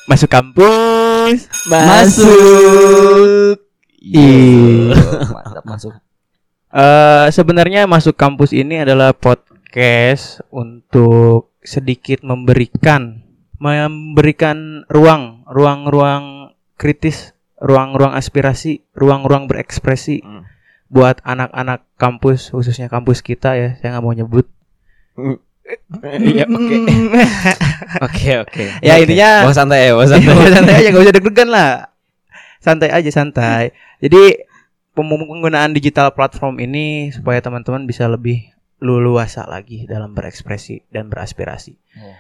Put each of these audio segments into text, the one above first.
Masuk kampus. Masuk. Mantap masuk. Sebenarnya Masuk Kampus ini adalah podcast untuk sedikit memberikan ruang kritis, ruang aspirasi, ruang berekspresi buat anak-anak kampus, khususnya kampus kita ya. Saya nggak mau nyebut. Iya, oke. Ya intinya bawa santai aja, nggak usah deg-degan lah. Santai aja, santai. Jadi penggunaan digital platform ini supaya teman-teman bisa lebih leluasa lagi dalam berekspresi dan beraspirasi.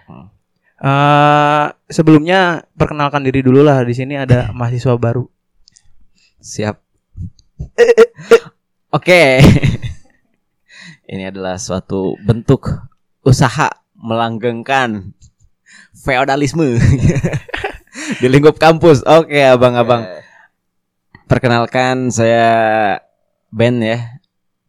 Sebelumnya perkenalkan diri dulu lah. Di sini ada mahasiswa baru. Siap. Oke. Ini adalah suatu bentuk usaha melanggengkan feodalisme di lingkup kampus. Oke, abang-abang. Perkenalkan, saya Ben ya.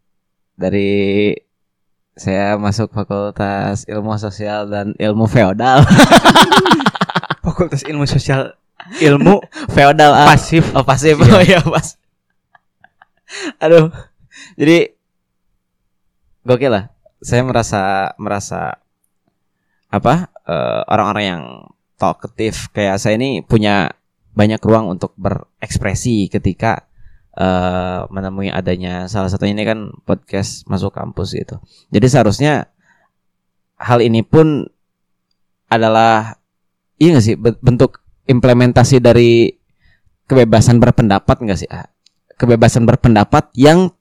Saya masuk Fakultas Ilmu Sosial dan Ilmu Feodal. Fakultas Ilmu Sosial, Ilmu Feodal Pasif. Pasif. Oh iya, pas. Aduh. Jadi gokil lah. Saya merasa orang-orang yang talkative kayak saya ini punya banyak ruang untuk berekspresi ketika menemui adanya salah satunya ini kan podcast Masuk Kampus gitu. Jadi seharusnya hal ini pun adalah nggak sih bentuk implementasi dari kebebasan berpendapat nggak sih? Kebebasan berpendapat yang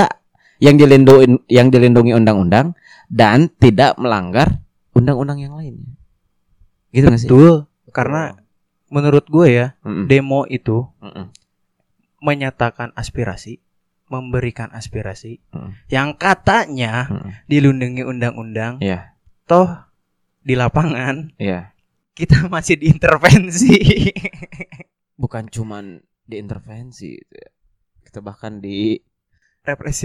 dilindungi undang-undang dan tidak melanggar undang-undang yang lainnya. Gitu nggak sih? Betul. Karena menurut gue ya, demo itu menyatakan aspirasi, memberikan aspirasi yang katanya dilindungi undang-undang. Yeah. Toh di lapangan kita masih diintervensi. Bukan cuman diintervensi, kita bahkan represif.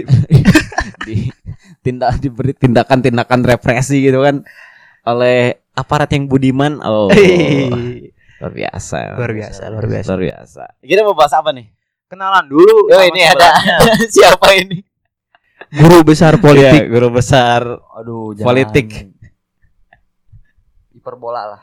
Diberi tindakan represi gitu kan oleh aparat yang budiman. Luar biasa. Kita mau bahas apa nih? Kenalan dulu. Ini ada siapa ini? Guru besar politik. Ya, guru besar. Aduh, politik. Hiperbola lah.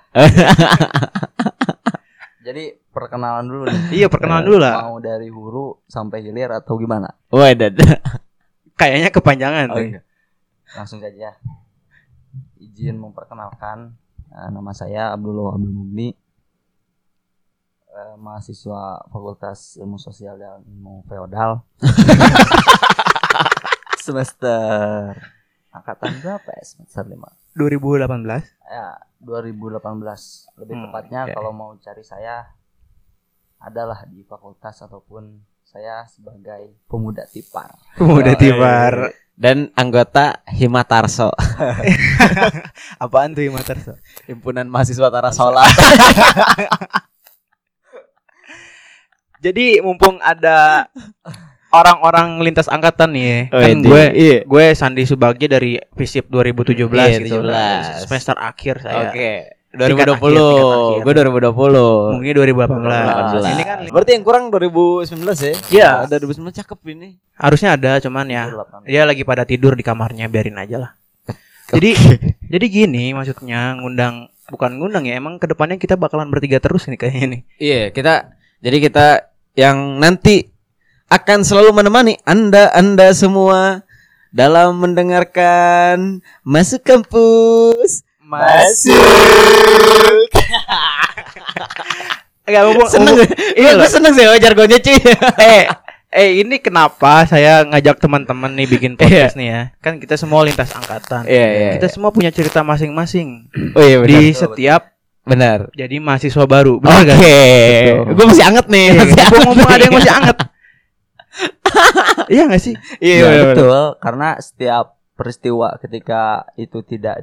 Jadi perkenalan dulu nih. Iya, perkenalan dulu lah. Mau dari hulu sampai hilir atau gimana? Waduh. Kayaknya kepanjangan. Iya. Langsung saja. Izin memperkenalkan, nama saya Abdullah Abdul Mugni, mahasiswa Fakultas Ilmu Sosial dan Ilmu Feodal. Semester angkatan berapa ya? Semester 5. 2018. Ya, 2018. Lebih tepatnya kalau mau cari saya adalah di fakultas ataupun saya sebagai pemuda tipar. Dan anggota Himatarso. Apaan tuh Himatarso? Himpunan Mahasiswa Tarasola. Jadi mumpung ada orang-orang lintas angkatan nih, kan gue Sandi Subagja dari FISIP 2017 gitu. Semester akhir saya. Oke. 2020. Gue 2020. Mungkin 2018. Ini kan berarti yang kurang 2019 ya? Iya. Ada 2019 cakep ini. Harusnya ada, cuman ya dia lagi pada tidur di kamarnya, biarin aja lah. Jadi gini maksudnya bukan ngundang ya, emang kedepannya kita bakalan bertiga terus nih kayaknya nih. Iya, kita yang nanti akan selalu menemani Anda semua dalam mendengarkan Masuk Kampus. Masuk. Enggak ngomong. Iya, gue seneng sih jargonnya cuy. Ini kenapa saya ngajak teman-teman nih bikin podcast nih ya? Kan kita semua lintas angkatan. Kita semua punya cerita masing-masing. Oh iya, benar. Di setiap benar. Jadi mahasiswa baru. Benar enggak? Oke. Gue masih anget nih. Ngomong ada yang masih anget. Iya enggak sih? Iya, betul. Karena setiap peristiwa ketika itu tidak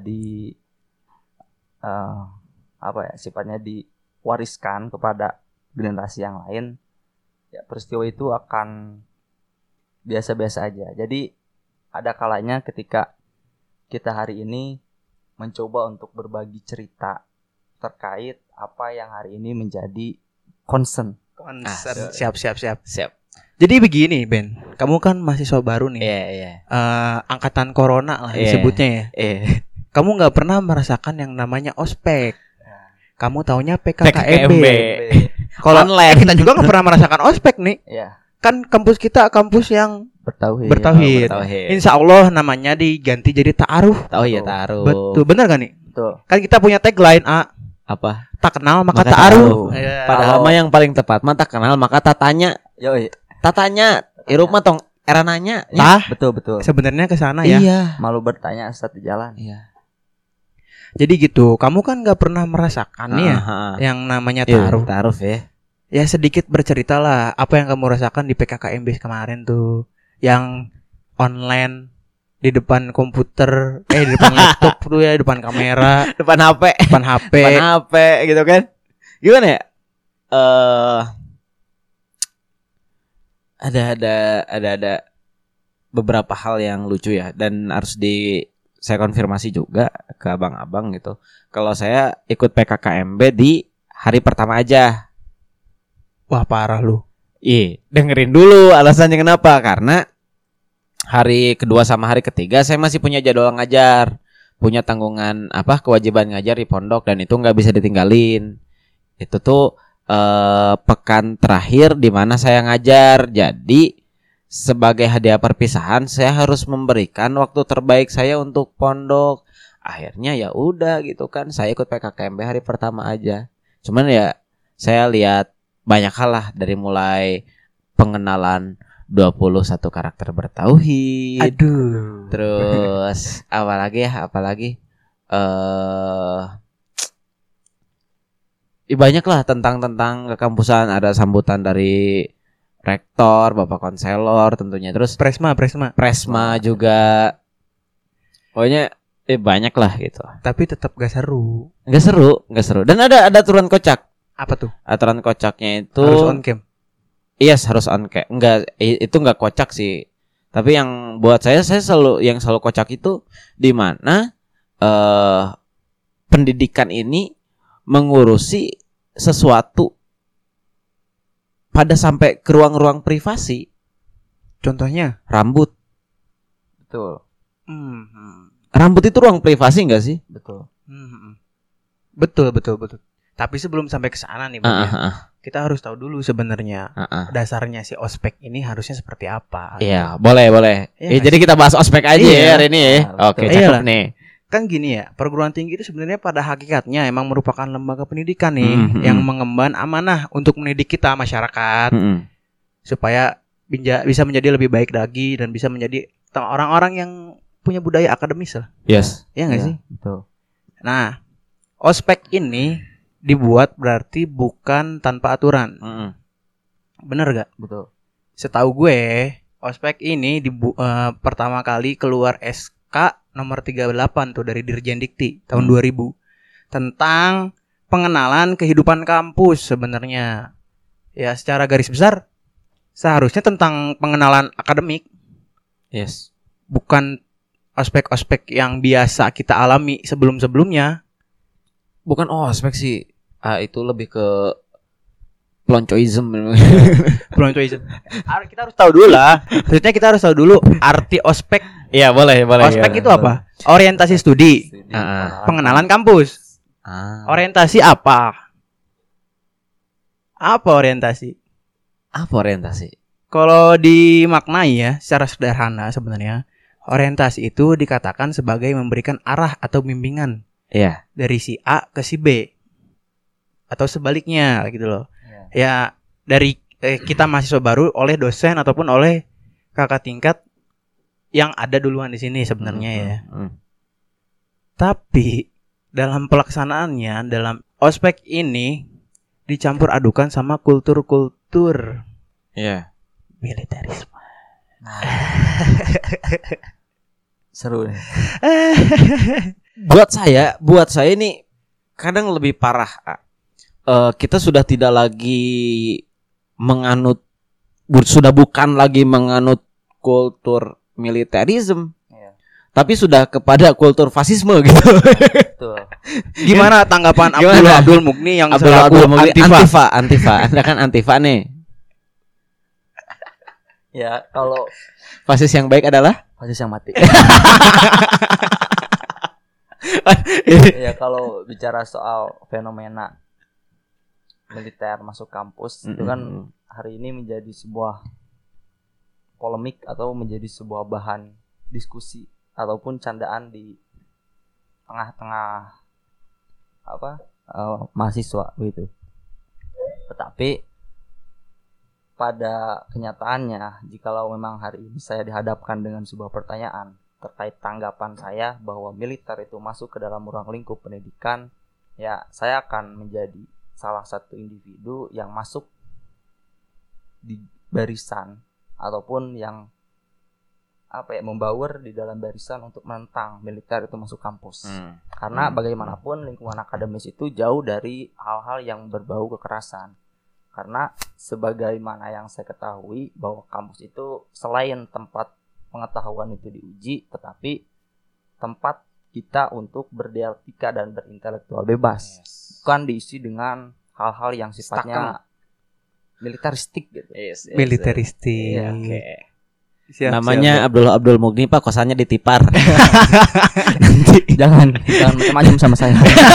sifatnya diwariskan kepada generasi yang lain, ya peristiwa itu akan biasa-biasa aja. Jadi ada kalanya ketika kita hari ini mencoba untuk berbagi cerita terkait apa yang hari ini menjadi concern. Siap. Siap. Jadi begini Ben, kamu kan mahasiswa baru nih. Iya. Angkatan corona lah Iya. disebutnya ya. Eh. Kamu nggak pernah merasakan yang namanya ospek. Kamu taunya PKKMB. PKKMB. Kalau Online. kita juga nggak pernah merasakan ospek nih. Ya, Kan kampus kita kampus yang bertauhid. bertauhid. Bertauhid. Insya Allah namanya diganti jadi ta'aruf. Tahu ya taruh. Betul, benar gak nih? Betul. Kan kita punya tagline Apa? tak kenal maka Maka ta'aruf. ta'aruf. Iya. Padahal mah yang paling tepat mah tak kenal maka tatanya. Yoi. Tatanya. Irup mah tong era nanya. Tah, Betul. sebenarnya ke sana ya. Iya. Malu bertanya saat di jalan. Iya. Jadi gitu, kamu kan nggak pernah merasakan nih ya yang namanya ta'aruf. Taruh ya. Ya sedikit bercerita lah apa yang kamu rasakan di PKKMB kemarin tuh, yang online di depan komputer, di depan laptop tuh ya, depan kamera, Depan HP. depan HP. Depan HP gitu kan. Gimana ya? Ada beberapa hal yang lucu ya, dan harus saya konfirmasi juga ke abang-abang gitu. Kalau saya ikut PKKMB di hari pertama aja. Wah parah lu. Iya, dengerin dulu alasannya kenapa. Karena hari kedua sama hari ketiga saya masih punya jadwal ngajar, punya tanggungan kewajiban ngajar di pondok, dan itu nggak bisa ditinggalin. Itu tuh pekan terakhir di mana saya ngajar. Jadi sebagai hadiah perpisahan saya harus memberikan waktu terbaik saya untuk pondok. Akhirnya ya udah gitu kan, saya ikut PKKMB hari pertama aja. Cuman ya saya lihat banyak hal lah, dari mulai pengenalan 21 karakter bertauhid. Aduh. Terus apalagi banyak lah tentang kekampusan. Ada sambutan dari rektor, bapak konselor tentunya. Terus Presma juga. Pokoknya banyak lah gitu. Tapi tetap gak seru. Nggak seru. Dan ada aturan kocak. Apa tuh? Aturan kocaknya itu Harus on cam. Yes, harus on cam. Itu enggak kocak sih. Tapi yang buat saya selalu kocak itu di mana pendidikan ini mengurusi sesuatu pada sampai ke ruang-ruang privasi. Contohnya Betul. Rambut itu ruang privasi enggak sih? Betul. Betul. Tapi sebelum sampai ke sana nih, Bang, kita harus tahu dulu sebenarnya dasarnya si ospek ini harusnya seperti apa. Iya, boleh. Iya, Jadi kita bahas ospek aja ya hari ini ya. Oke, betul. cakep Iyalah. nih. Kan gini ya, perguruan tinggi itu sebenarnya pada hakikatnya emang merupakan lembaga pendidikan nih yang mengemban amanah untuk mendidik kita masyarakat supaya bisa menjadi lebih baik lagi dan bisa menjadi orang-orang yang punya budaya akademis lah. Yes. Iya nggak sih? Betul. Nah, ospek ini dibuat berarti bukan tanpa aturan. Bener gak? Betul. Setahu gue, ospek ini pertama kali keluar SK nomor 38 tuh dari Dirjen Dikti tahun 2000 tentang pengenalan kehidupan kampus sebenarnya. Ya, secara garis besar seharusnya tentang pengenalan akademik. Yes. Bukan ospek-ospek yang biasa kita alami sebelum-sebelumnya. Bukan ospek sih. Itu lebih ke peloncoism. Peloncoism. Kita harus tahu dulu lah. Maksudnya kita harus tahu dulu arti ospek. Iya, boleh. Ospek itu apa? Orientasi studi. Pengenalan kampus. Orientasi apa? Apa orientasi? Kalau dimaknai ya secara sederhana sebenarnya, orientasi itu dikatakan sebagai memberikan arah atau bimbingan. Iya. Dari si A ke si B atau sebaliknya gitu loh. Ya dari kita mahasiswa baru oleh dosen ataupun oleh kakak tingkat yang ada duluan di sini sebenarnya ya. Tapi dalam pelaksanaannya dalam ospek ini dicampur adukan sama kultur-kultur militerisme. Seru nih. Buat saya ini kadang lebih parah. Kita sudah tidak lagi bukan lagi menganut kultur militerisme, tapi sudah kepada kultur fasisme gitu. Betul. Gimana tanggapan Gimana? Abdul Mugni yang Abdul selaku Mugni, Antifa? Antifa. Anda kan Antifa nih. Ya kalau Fasis yang baik adalah fasis yang mati. Ya kalau bicara soal fenomena militer masuk kampus itu kan hari ini menjadi sebuah polemik atau menjadi sebuah bahan diskusi ataupun candaan di tengah-tengah mahasiswa gitu. Tetapi pada kenyataannya, jikalau memang hari ini saya dihadapkan dengan sebuah pertanyaan terkait tanggapan saya bahwa militer itu masuk ke dalam ruang lingkup pendidikan, ya saya akan menjadi salah satu individu yang masuk di barisan ataupun yang membaur di dalam barisan untuk menentang militer itu masuk kampus. Karena bagaimanapun lingkungan akademis itu jauh dari hal-hal yang berbau kekerasan. Karena sebagaimana yang saya ketahui bahwa kampus itu selain tempat pengetahuan itu diuji, tetapi tempat kita untuk berdialektika dan berintelektual bebas. Bukan diisi dengan hal-hal yang sifatnya militeristik gitu. Militeristik. Iya. Siap, namanya Abdul Mugni Pak, kosannya di Tipar. Jangan macam-macam sama saya.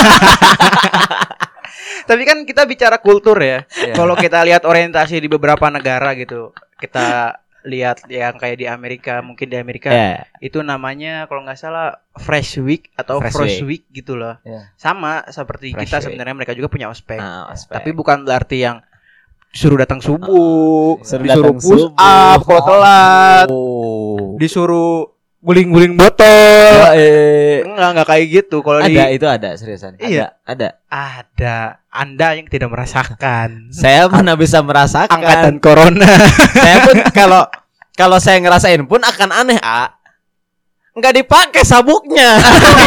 Tapi kan kita bicara kultur ya. Iya. Kalau kita lihat orientasi di beberapa negara gitu, kita lihat yang kayak di Amerika, mungkin di Amerika itu namanya kalau nggak salah Fresh Week atau Frost Week gitu loh. Yeah. Sama seperti Fresh kita Week. sebenarnya, mereka juga punya ospek. Ospek. Tapi bukan berarti yang disuruh datang subuh, Suruh disuruh datang push subuh. up kalau telat, disuruh guling-guling botol. Enggak kayak gitu. Kalau itu ada seriusan. Iya. Ada. Anda yang tidak merasakan. Saya mana bisa merasakan. Angkatan corona. Saya pun kalau saya ngerasain pun akan aneh, nggak dipakai sabuknya.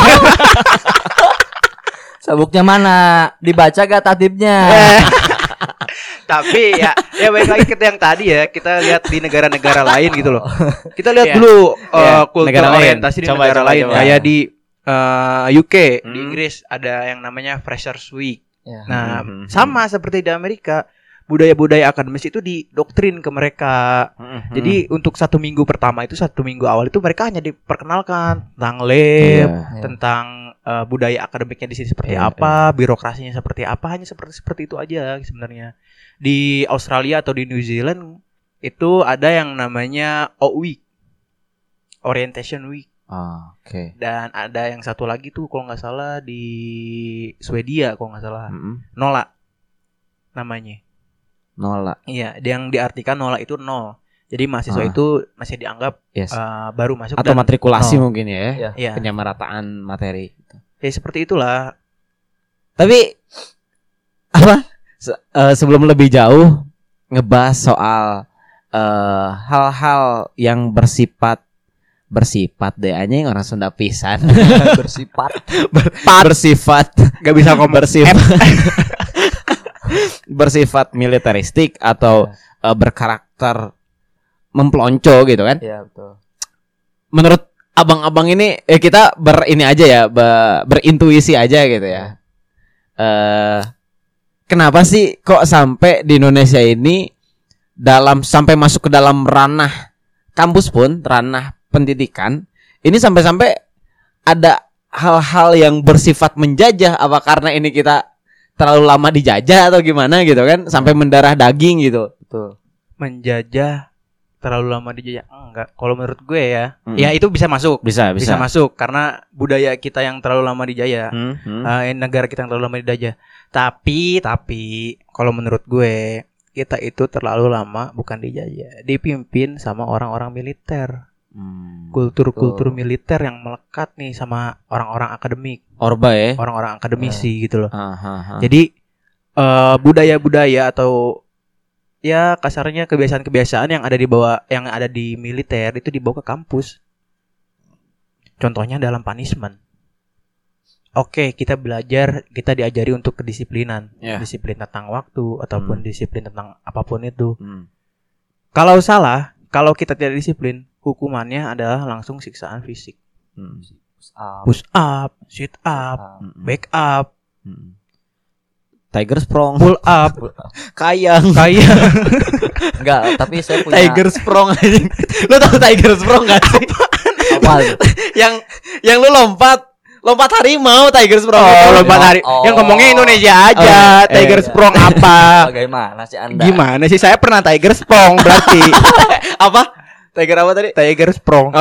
Sabuknya mana? Dibaca gak tatibnya? Tapi ya balik lagi ke yang tadi ya, kita lihat di negara-negara lain gitu loh. Kita lihat dulu kultur negara lain. orientasi di Coba, negara coba, lain. coba. Kayak di UK, di Inggris ada yang namanya Freshers Week. Ya. Nah, sama seperti di Amerika, budaya-budaya akademis itu didoktrin ke mereka. Jadi untuk 1 minggu pertama itu, 1 minggu awal itu mereka hanya diperkenalkan tentang lab, tentang budaya akademiknya di sini seperti apa, birokrasinya seperti apa, hanya seperti itu aja sebenarnya. Di Australia atau di New Zealand itu ada yang namanya O Week, Orientation Week. Oke. Dan ada yang satu lagi tuh kalau nggak salah di Swedia kalau nggak salah, Nola namanya. Nola. Iya, yang diartikan Nola itu nol. Jadi mahasiswa itu masih dianggap baru masuk atau dan matrikulasi nol. mungkin ya. Iya. Penyamarataan materi. Ya seperti itulah. Tapi sebelum lebih jauh ngebahas soal hal-hal yang bersifat deh anjing, orang Sunda pisan. bersifat Gak bisa ngomong bersifat militeristik atau berkarakter mempelonco gitu kan. Iya, betul. Menurut abang-abang ini kita berintuisi aja gitu ya. Kenapa sih kok sampai di Indonesia ini sampai masuk ke dalam ranah kampus pun, ranah pendidikan, ini sampai ada hal-hal yang bersifat menjajah? Apa karena ini kita terlalu lama dijajah atau gimana gitu kan, sampai mendarah daging gitu? Betul. Menjajah terlalu lama dijajah? Enggak. Kalau menurut gue ya itu bisa masuk. Bisa masuk karena budaya kita yang terlalu lama dijajah. Negara kita yang terlalu lama dijajah. Tapi kalau menurut gue, kita itu terlalu lama bukan dijajah, dipimpin sama orang-orang militer. Kultur militer yang melekat nih sama orang-orang akademik. Orba ya. Orang-orang akademisi gitu loh. Jadi budaya-budaya atau ya kasarnya kebiasaan-kebiasaan yang ada di militer itu dibawa ke kampus. Contohnya dalam punishment. Oke, kita diajari untuk kedisiplinan, disiplin tentang waktu ataupun disiplin tentang apapun itu. Kalau salah, kalau kita tidak disiplin, hukumannya adalah langsung siksaan fisik. Push up, sit up, back up, Tiger Sprong, pull up, kayang. Enggak, tapi saya punya Tiger Sprong aja. Lu tahu Tiger Sprong enggak sih? apa itu? yang lu lompat harimau Tiger Sprong. lompat hari. Yang ngomongnya Indonesia aja. Tiger Sprong apa? Bagaimana sih Anda? Gimana sih? Saya pernah Tiger Sprong berarti. Apa? Tiger apa tadi? Tiger Sprong.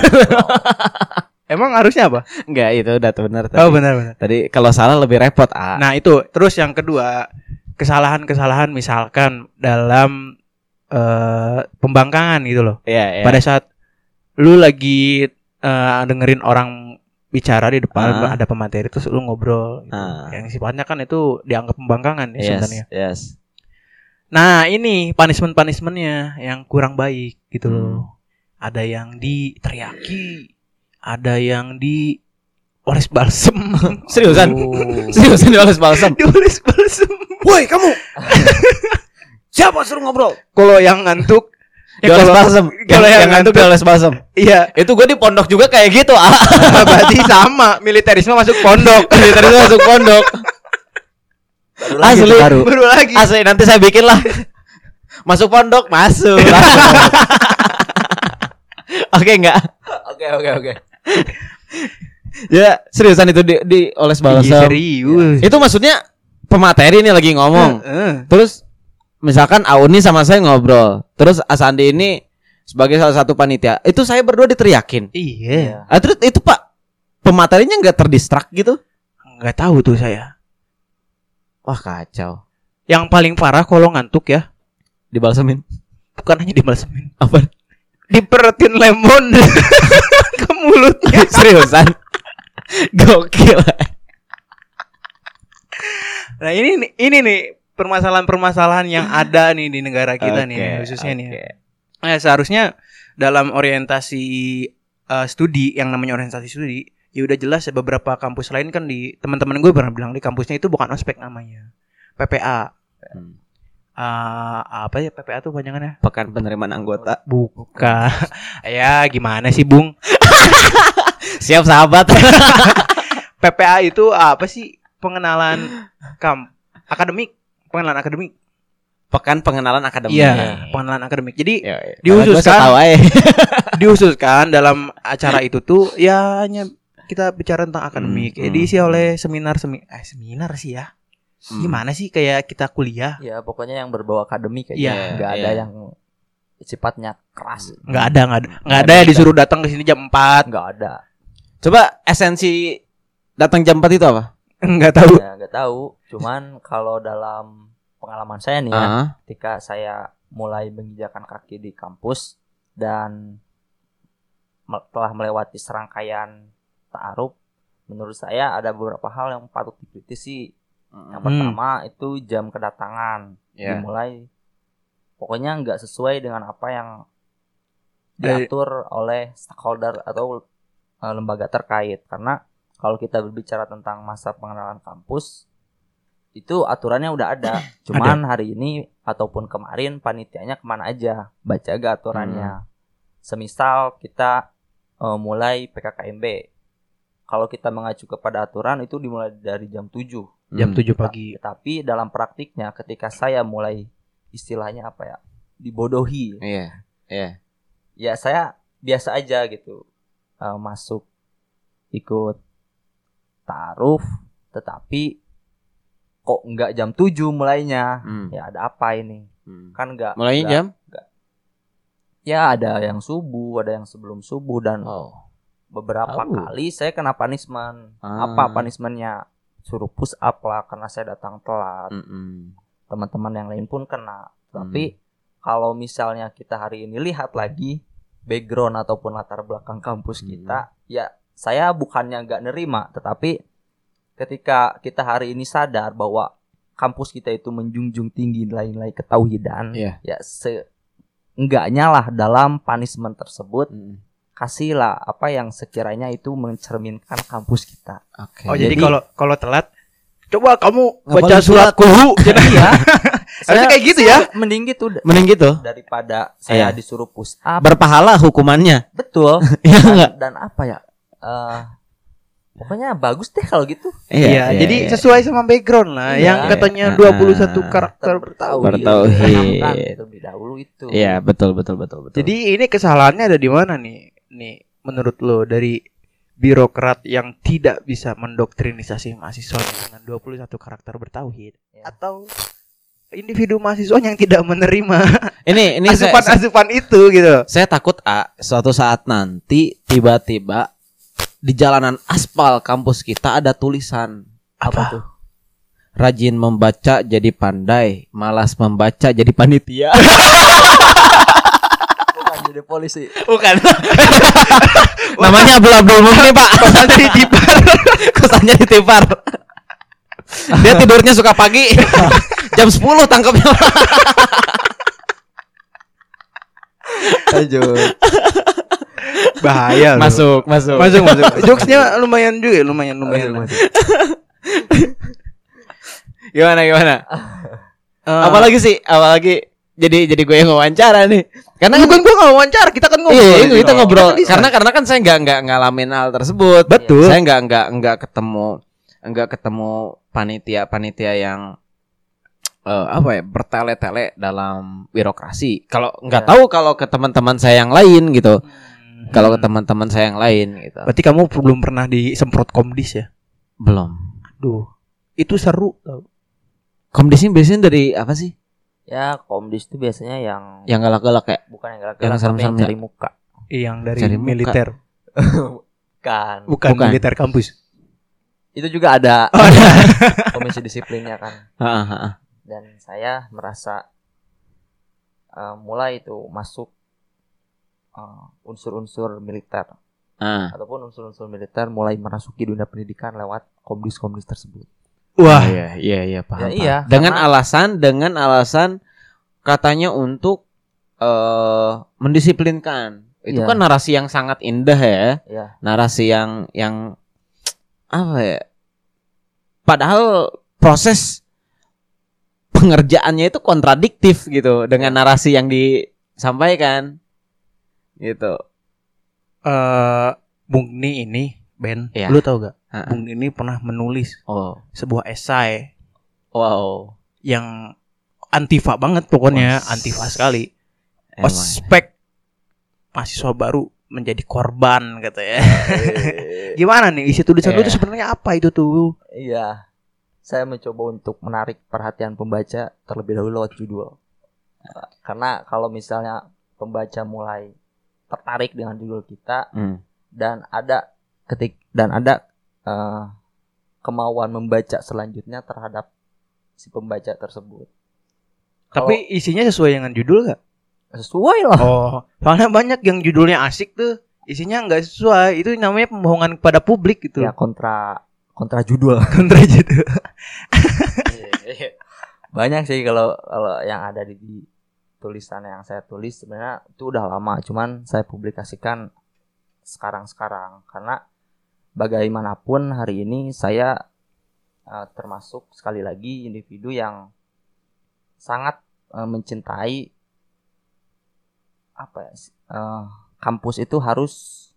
Emang harusnya apa? Enggak, itu udah benar tadi. Oh, benar. Tadi kalau salah lebih repot. Nah, itu. Terus yang kedua, kesalahan-kesalahan misalkan dalam pembangkangan gitu loh. Iya. Pada saat lu lagi dengerin orang bicara di depan, ada pemateri terus lu ngobrol gitu. Yang sifatnya kan itu dianggap pembangkangan ya sebenarnya. Yes. Nah, ini punishment-punishmentnya yang kurang baik gitu loh. Ada yang diteriaki, ada yang dioles balsem. Seriusan dioles balsem. Dioles balsem. Woi, kamu. Siapa suruh ngobrol? Kalau yang ngantuk Dioles balsem. Kalau yang ngantuk dioles balsem. Iya. Itu gue di pondok juga kayak gitu. Berarti sama. Militerisme masuk pondok. Baru lagi. Asli nanti saya bikin lah. Masuk pondok, masuk. Oke enggak? Oke. Ya, seriusan itu dioles balsem. Serius. Itu maksudnya pemateri nih lagi ngomong. Terus misalkan Auni sama saya ngobrol. Terus Asandi ini sebagai salah satu panitia. Itu saya berdua diteriakin. Iya. Terus itu Pak, pematerinya enggak terdistrak gitu? Enggak tahu tuh saya. Wah, kacau. Yang paling parah kalau ngantuk ya, Dibalsemin. bukan hanya dibalsemin. Apa? Diperetin lemon ke mulutnya. Seriusan? Gokil. Nah, ini nih permasalahan-permasalahan yang ada nih di negara kita nih khususnya nih. Nah, seharusnya dalam orientasi studi yang namanya orientasi studi, ya udah jelas ya, beberapa kampus lain kan di teman-teman gue pernah bilang di kampusnya itu bukan ospek namanya. PPA. Apa ya PPA tuh panjangannya? Pekan penerimaan anggota. Bukan. Ya, gimana sih, Bung? Siap sahabat. PPA itu apa sih? Pengenalan akademik. Pekan pengenalan akademik. Iya, pengenalan akademik. Jadi dihususkan dihususkan dalam acara itu tuh ya hanya kita bicara tentang akademik. Diisi oleh seminar sih ya. Gimana sih kayak kita kuliah? Ya, pokoknya yang berbau akademik kayak enggak ada yang sifatnya keras. Enggak ada ya disuruh datang ke sini jam 4. Enggak ada. Coba esensi datang jam 4 itu apa? Enggak tahu. Ya, enggak tahu. Cuman kalau dalam pengalaman saya nih ketika saya mulai menginjakan kaki di kampus dan telah melewati serangkaian ta'aruf, menurut saya ada beberapa hal yang patut dikritisi. Yang pertama itu jam kedatangan dimulai pokoknya nggak sesuai dengan apa yang diatur oleh stakeholder atau lembaga terkait. Karena kalau kita berbicara tentang masa pengenalan kampus itu aturannya udah ada. Cuman hari ini ataupun kemarin panitianya kemana aja, baca gak aturannya. Semisal kita mulai PKKMB, kalau kita mengacu kepada aturan itu dimulai dari jam 7 pagi. Tapi dalam praktiknya ketika saya mulai istilahnya apa ya, dibodohi. Ya saya biasa aja gitu. Masuk ikut ta'aruf tetapi kok enggak jam 7 mulainya. Ya ada apa ini? Kan enggak mulainya jam? Enggak. Ya ada yang subuh, ada yang sebelum subuh dan beberapa kali saya kena punishment. Apa punishmentnya? Suruh push up lah karena saya datang telat. Teman-teman yang lain pun kena. Tapi kalau misalnya kita hari ini lihat lagi background ataupun latar belakang kampus kita, ya saya bukannya nggak nerima, tetapi ketika kita hari ini sadar bahwa kampus kita itu menjunjung tinggi nilai-nilai ketauhidan, ya seenggaknya lah dalam punishment tersebut kasihlah apa yang sekiranya itu mencerminkan kampus kita. Jadi kalau telat, coba kamu baca surat kuhu. Jadi ya, harusnya kayak gitu ya. Mending gitu Iya. daripada saya disuruh push up. Berpahala hukumannya. Betul. Iya enggak? Dan apa ya? Pokoknya bagus deh kalau gitu. Iya, jadi sesuai sama background lah. Yang katanya 21 karakter bertauhid. Lebih dahulu itu. Iya, betul. Jadi ini kesalahannya ada di mana nih? Nih, menurut lo dari birokrat yang tidak bisa mendoktrinisasi mahasiswa dengan 21 karakter bertauhid atau individu mahasiswa yang tidak menerima ini asupan itu gitu. Saya takut suatu saat nanti tiba-tiba di jalanan aspal kampus kita ada tulisan apa tuh? Rajin membaca jadi pandai, malas membaca jadi panitia. Bukan jadi polisi. Bukan. Namanya Abdul Mum nih, Pak. Kosannya di Tipar. Dia tidurnya suka pagi. Jam 10 tangkapnya. Lanjut. Bahaya. Masuk. Jokesnya lumayan juga, lumayan. Gimana? Apalagi jadi gue yang wawancara nih. Karena bukan gue nggak wawancara, kita kan ngobrol. Iya, kita ngobrol. Karena kan saya nggak ngalamin hal tersebut. Betul. Saya nggak ketemu panitia yang bertele-tele dalam birokrasi. Kalau nggak tahu kalau ke teman-teman saya yang lain gitu. Kalau ke teman-teman saya yang lain gitu. Berarti kamu belum pernah disemprot komdis ya? Belum. Aduh, itu seru tau. Komdis ini biasanya dari apa sih? Ya, komdis itu biasanya yang galak-galak kayak. Bukan yang galak-galak, yang serem-serem yang cari muka. Yang dari Cari militer. Bukan Militer kampus. Itu juga ada komisi disiplinnya kan. Dan saya merasa mulai itu masuk unsur-unsur militer ataupun unsur-unsur militer mulai merasuki dunia pendidikan lewat komdis tersebut. Wah, iya paham. Ya, iya, dengan alasan katanya untuk mendisiplinkan. Itu kan narasi yang sangat indah ya. Narasi yang apa ya? Padahal proses pengerjaannya itu kontradiktif gitu dengan narasi yang disampaikan. Gitu. Bung Ni ini Ben, lu tau gak? Bung ini pernah menulis sebuah esai. Wow. Yang antifa banget pokoknya, antifa sekali. Ospek mahasiswa baru menjadi korban katanya. Gimana nih isi tulisan lu itu sebenarnya apa itu tuh? Iya. Saya mencoba untuk menarik perhatian pembaca terlebih dahulu lewat judul. Karena kalau misalnya pembaca mulai tertarik dengan judul kita dan ada kemauan membaca selanjutnya terhadap si pembaca tersebut. Tapi isinya sesuai dengan judul gak? Sesuai lah. Soalnya banyak yang judulnya asik tuh, isinya nggak sesuai. Itu namanya pembohongan kepada publik gitu. Ya kontra judul. Kontra judul. Banyak sih kalau yang ada di tulisan yang saya tulis sebenarnya itu udah lama, cuman saya publikasikan sekarang karena bagaimanapun hari ini saya termasuk sekali lagi individu yang sangat mencintai kampus itu harus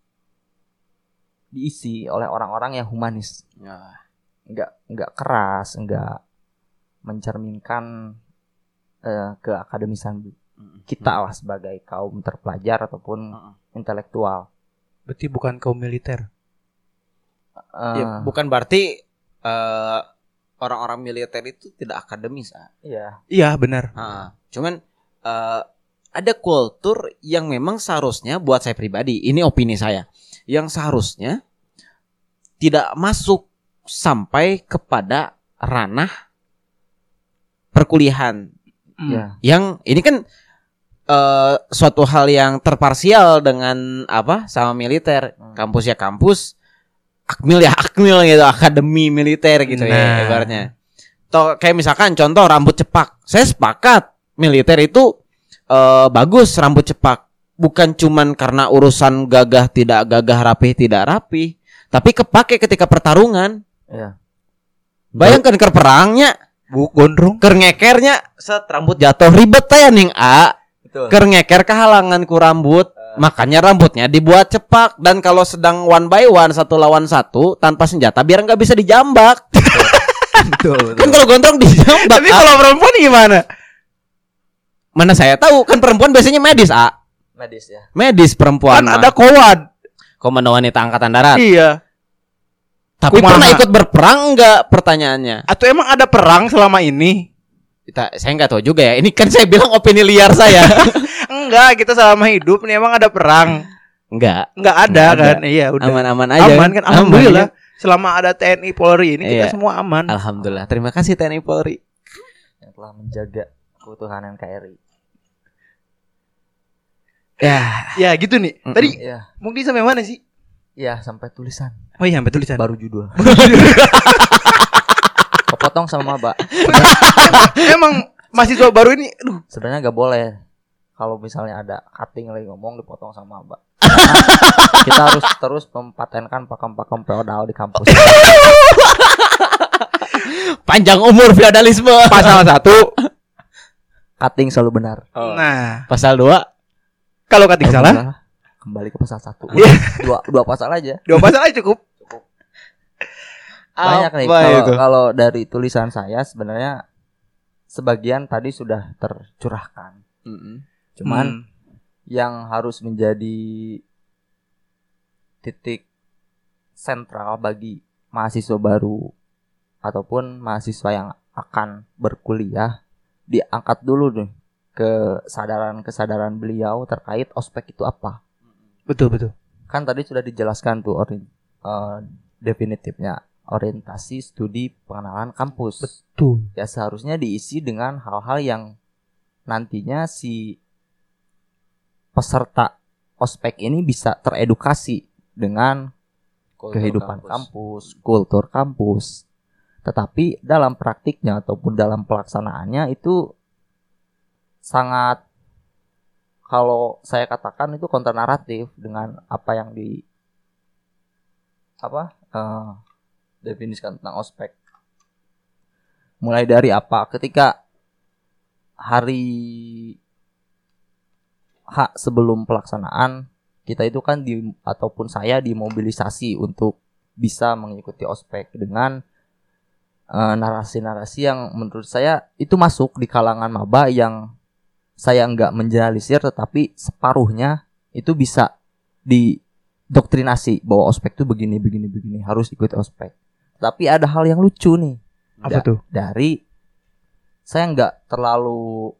diisi oleh orang-orang yang humanis, nggak keras, nggak mencerminkan keakademisan kita lah sebagai kaum terpelajar ataupun intelektual. Berarti bukan kaum militer. Ya, bukan berarti orang-orang militer itu tidak akademis. Iya benar. Cuman ada kultur yang memang seharusnya buat saya pribadi, ini opini saya, yang seharusnya tidak masuk sampai kepada ranah perkuliahan. Yang ini kan suatu hal yang terparsial dengan sama militer. Kampus ya kampus, akmil ya akmil gitu, akademi militer gitu ya ibaratnya. Kayak misalkan contoh rambut cepak. Saya sepakat militer itu bagus rambut cepak. Bukan cuman karena urusan gagah tidak gagah, rapih tidak rapih, tapi kepake ketika pertarungan. Bayangkan ke perangnya gondrong, ker ngekernya set rambut jatuh ribet ya ning Ker ngeker kehalangan ku rambut. Makanya rambutnya dibuat cepak, dan kalau sedang one by one, 1 lawan 1 tanpa senjata, biar nggak bisa dijambak. Betul. Kan kalau gondrong dijambak. Tapi kalau perempuan gimana? Mana saya tahu, kan perempuan biasanya medis, Medis ya. medis perempuan. Kan ada kowad. Komando Wanita Angkatan Darat. Iya. Tapi Kumaha? pernah ikut berperang enggak, pertanyaannya? Atau emang ada perang selama ini? Saya nggak tahu juga ya. Ini kan saya bilang opini liar saya. Enggak, kita selama hidup nih emang ada perang. Enggak. Enggak ada Nggak ada. kan? Iya, udah. Aman-aman aja. Aman kan? Alhamdulillah. Aman, Selama ada TNI Polri ini Iya. kita semua aman. Alhamdulillah. Terima kasih TNI Polri. Yang telah menjaga keutuhan NKRI. Ya. Ya gitu nih. Tadi Iya. Mukdi sampai mana sih? Iya, sampai tulisan. Oh iya, sampai tulisan. Baru judul. Kepotong sama Mbak. Emang mahasiswa baru ini, aduh, Sebenarnya nggak boleh. Kalau misalnya ada cutting lagi ngomong dipotong sama Mbak. Karena kita harus terus mempatenkan pakem-pakem feodal di kampus. Panjang umur feodalisme. pasal 1. Cutting selalu benar. Nah, Pasal 2. kalau kating salah, Kembali ke pasal 1. Iya. Dua pasal aja. 2 pasal aja cukup. Banyak nih Apa itu? kalau dari tulisan saya sebenarnya sebagian tadi sudah tercurahkan. Cuman yang harus menjadi titik sentral bagi mahasiswa baru ataupun mahasiswa yang akan berkuliah, diangkat dulu nih kesadaran beliau terkait ospek itu apa. Betul. Kan tadi sudah dijelaskan tuh definitifnya, orientasi studi pengenalan kampus. Betul. Ya seharusnya diisi dengan hal-hal yang nantinya si peserta ospek ini bisa teredukasi dengan kehidupan kampus, kultur kampus. Tetapi dalam praktiknya ataupun dalam pelaksanaannya itu sangat, kalau saya katakan itu kontra naratif dengan apa yang definisikan tentang ospek. Mulai dari apa? Ketika hari H sebelum pelaksanaan, kita itu kan ataupun saya dimobilisasi untuk bisa mengikuti ospek dengan narasi-narasi yang menurut saya itu masuk di kalangan maba, yang saya enggak mengeneralisir, tetapi separuhnya itu bisa didoktrinasi bahwa ospek itu begini, harus ikut ospek. Tapi ada hal yang lucu nih. Apa tuh? Dari saya enggak terlalu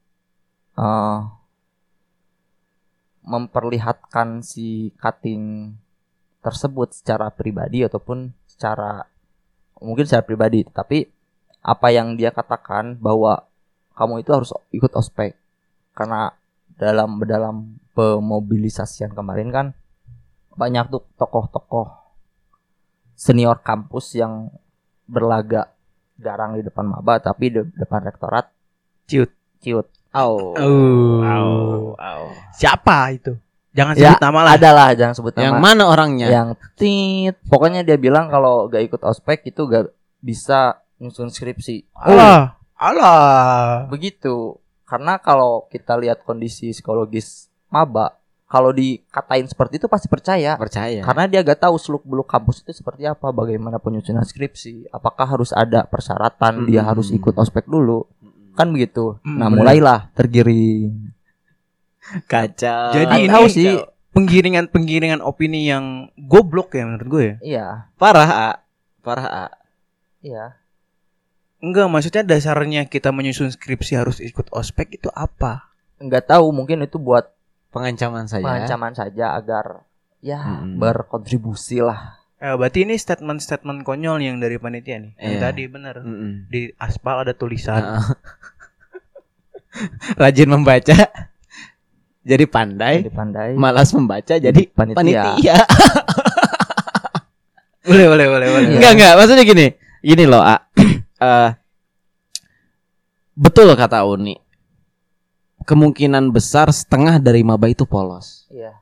memperlihatkan si cutting tersebut secara pribadi ataupun mungkin secara pribadi, tapi apa yang dia katakan bahwa kamu itu harus ikut ospek. Karena dalam pemobilisasian kemarin kan banyak tuh tokoh-tokoh senior kampus yang berlagak garang di depan maba, tapi di depan rektorat ciut. Siapa itu? Jangan Ya, sebut nama lah. Adalah, jangan sebut nama. Yang mana orangnya? Yang pokoknya dia bilang kalau gak ikut ospek itu gak bisa nyusun skripsi. Alah. Begitu. Karena kalau kita lihat kondisi psikologis maba, kalau dikatain seperti itu pasti percaya. Karena dia gak tahu seluk-beluk kampus itu seperti apa, bagaimana penyusunan skripsi, apakah harus ada persyaratan dia harus ikut ospek dulu. Kan begitu. Nah, mulailah tergiring. Kacau. Jadi Tahu ini sih penggiringan opini yang goblok ya menurut gue ya. Iya. Parah. Iya. Enggak, maksudnya dasarnya kita menyusun skripsi harus ikut ospek itu apa? Enggak tahu, mungkin itu buat Pengancaman saja agar ya berkontribusi lah. Berarti ini statement konyol yang dari panitia nih. Yang Iya. tadi benar. Di aspal ada tulisan. Rajin membaca jadi pandai. Malas membaca jadi panitia. Boleh. Enggak, maksudnya gini loh, betul kata Uni. Kemungkinan besar setengah dari maba itu polos. Iya.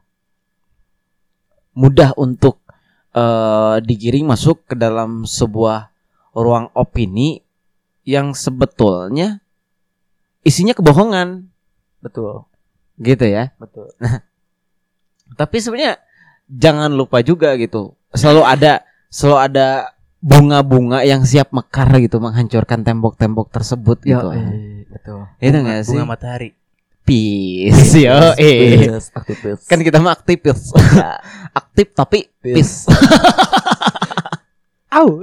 Mudah untuk digiring masuk ke dalam sebuah ruang opini yang sebetulnya isinya kebohongan. Betul. Gitu ya. Betul. Tapi sebenarnya jangan lupa juga gitu. Selalu ada bunga-bunga yang siap mekar gitu menghancurkan tembok-tembok tersebut gitu. Betul. Itu enggak sih? Bunga matahari. Peace yo. Aktivis. Kan kita mah aktivis. Aktif tapi peace. Au.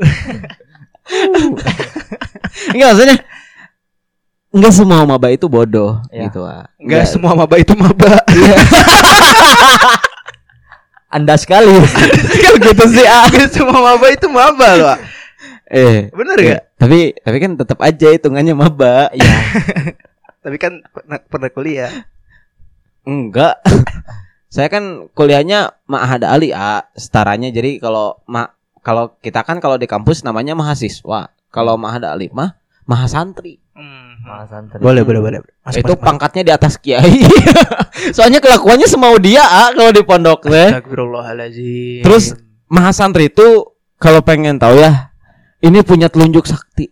Enggak maksudnya enggak semua maba itu bodoh Ya. gitu Enggak semua maba itu maba. Anda sekali. Kan gitu sih. Enggak semua maba itu maba loh. Ah. Bener ya, gak? Tapi kan tetap aja hitungannya maba. Iya. Tapi kan pernah kuliah. Enggak. Saya kan kuliahnya Ma'had Ali setaranya. Jadi kalau kita kan kalau di kampus namanya mahasiswa. Kalau Ma'had Ali mah mahasantri. Mahasantri. Boleh. Masuk. Itu pangkatnya di atas kiai. Soalnya kelakuannya semau dia kalau di pondok teh. Astagfirullahaladzim. Terus mahasantri itu kalau pengen tahu ya, ini punya telunjuk sakti.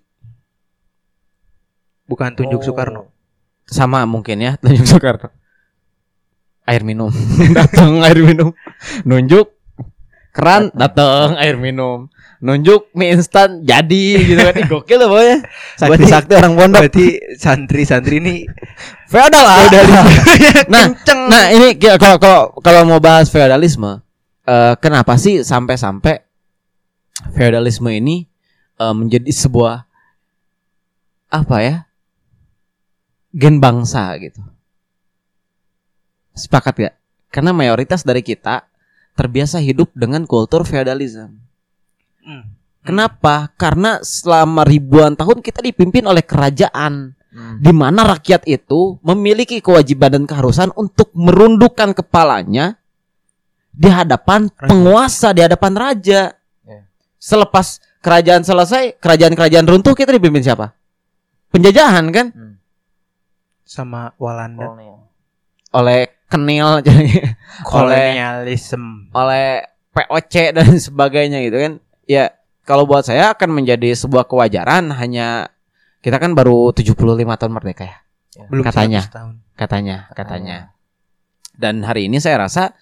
Bukan tunjuk Soekarno. Sama mungkin ya telunjuk Soekarno. Air minum. Datang air minum. Nunjuk keran datang air minum. Nunjuk mie instan jadi gitu kan. Gokil loh pokoknya. Sakti orang pondok. Berarti santri ini Feodal lah. Nah ini kalau mau bahas feodalisme, kenapa sih sampai feodalisme ini menjadi sebuah apa ya, gen bangsa gitu? Sepakat gak? Karena mayoritas dari kita terbiasa hidup dengan kultur feodalisme. Kenapa? Karena selama ribuan tahun kita dipimpin oleh kerajaan, di mana rakyat itu memiliki kewajiban dan keharusan untuk merundukkan kepalanya di hadapan penguasa, di hadapan raja. Selepas kerajaan selesai, kerajaan-kerajaan runtuh, kita dipimpin siapa? Penjajahan kan? sama Walanda. Oleh Kenil, Kolonialisme. oleh POC dan sebagainya gitu kan. Ya, kalau buat saya akan menjadi sebuah kewajaran, hanya kita kan baru 75 tahun merdeka ya. Belum Katanya. 100 tahun. Katanya. Dan hari ini saya rasa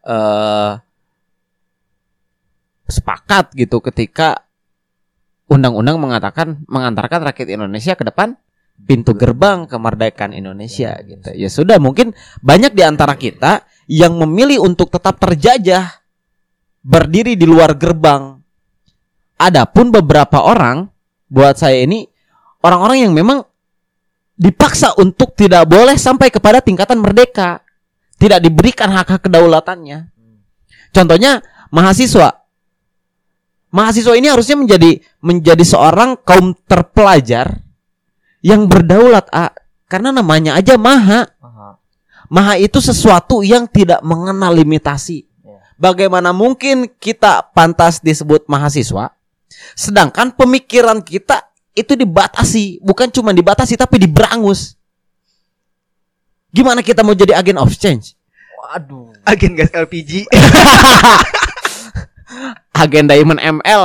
sepakat gitu ketika undang-undang mengantarkan rakyat Indonesia ke depan pintu gerbang kemerdekaan Indonesia gitu. Ya sudah, mungkin banyak di antara kita yang memilih untuk tetap terjajah, berdiri di luar gerbang. Adapun beberapa orang, buat saya ini orang-orang yang memang dipaksa untuk tidak boleh sampai kepada tingkatan merdeka, tidak diberikan hak-hak kedaulatannya. Contohnya mahasiswa. Mahasiswa ini harusnya menjadi seorang kaum terpelajar yang berdaulat, karena namanya aja maha. Maha itu sesuatu yang tidak mengenal limitasi. Bagaimana mungkin kita pantas disebut mahasiswa, sedangkan pemikiran kita itu dibatasi, bukan cuma dibatasi tapi diberangus. Gimana kita mau jadi agen of change? Waduh. Agen gas LPG. Agen Diamond ML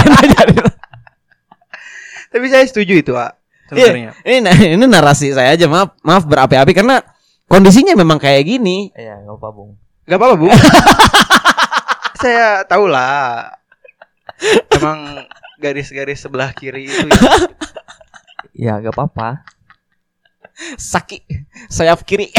Tapi saya setuju itu, Pak. Sebenarnya. Ini narasi saya aja, maaf berapi-api karena kondisinya memang kayak gini. Iya, enggak apa-apa, Bung. Gak apa-apa, Bu. Saya tahu lah. Emang garis-garis sebelah kiri itu Ya, enggak apa-apa. Saki sayap kiri.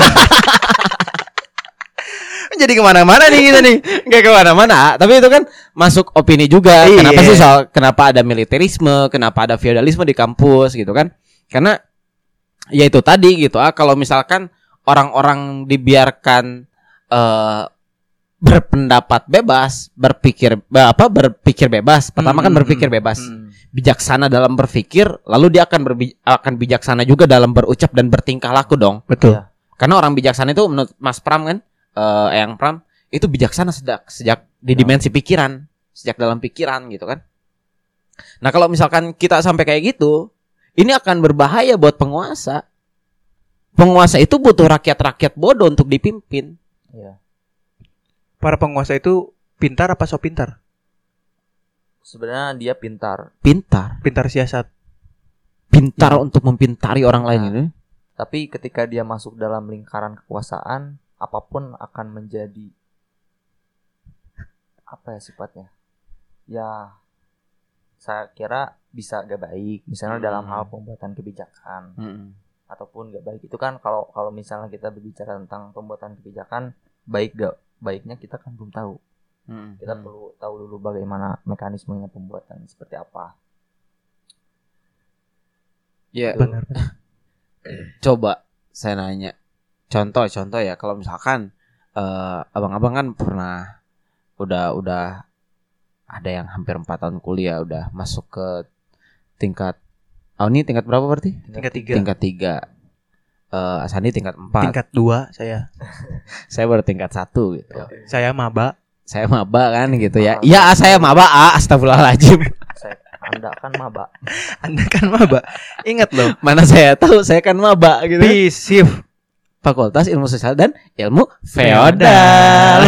jadi kemana-mana nih kita nih. Nggak kemana-mana, tapi itu kan masuk opini juga. Iya. Kenapa sih kenapa ada militerisme, kenapa ada feodalisme di kampus gitu kan? Karena ya itu tadi gitu. Kalau misalkan orang-orang dibiarkan berpendapat bebas, berpikir bebas. Pertama kan berpikir bebas, bijaksana dalam berpikir, lalu dia akan bijaksana juga dalam berucap dan bertingkah laku dong. Betul. Karena orang bijaksana itu menurut Mas Pram kan, Eyang Pram itu bijaksana sejak di dimensi pikiran, sejak dalam pikiran gitu kan. Nah kalau misalkan kita sampai kayak gitu, ini akan berbahaya buat penguasa. Penguasa itu butuh rakyat-rakyat bodoh untuk dipimpin. Iya. Para penguasa itu pintar apa so pintar? Sebenarnya dia pintar. Pintar siasat. Pintar untuk mempintari orang lain ini. Tapi ketika dia masuk dalam lingkaran kekuasaan, apapun akan menjadi apa ya sifatnya? Ya saya kira bisa gak baik, misalnya dalam hal pembuatan kebijakan ataupun gak baik. Itu kan kalau misalnya kita berbicara tentang pembuatan kebijakan, baik gak baiknya kita kan belum tahu. Kita perlu tahu dulu bagaimana mekanismenya pembuatan seperti apa. Ya, Benar. coba saya nanya. Contoh ya, kalau misalkan abang-abang kan pernah udah ada yang hampir 4 tahun kuliah, udah masuk ke tingkat ini tingkat berapa berarti? Tingkat 3. Sandi tingkat 4. Tingkat 2 saya. Saya baru tingkat 1 gitu. Saya maba. Saya maba kan gitu ya. Iya, saya maba. Astagfirullahaladzim. Anda kan maba. Anda kan maba. Ingat loh. Mana saya tahu, saya kan maba gitu. Visif. Fakultas Ilmu Sosial dan Ilmu Feodal.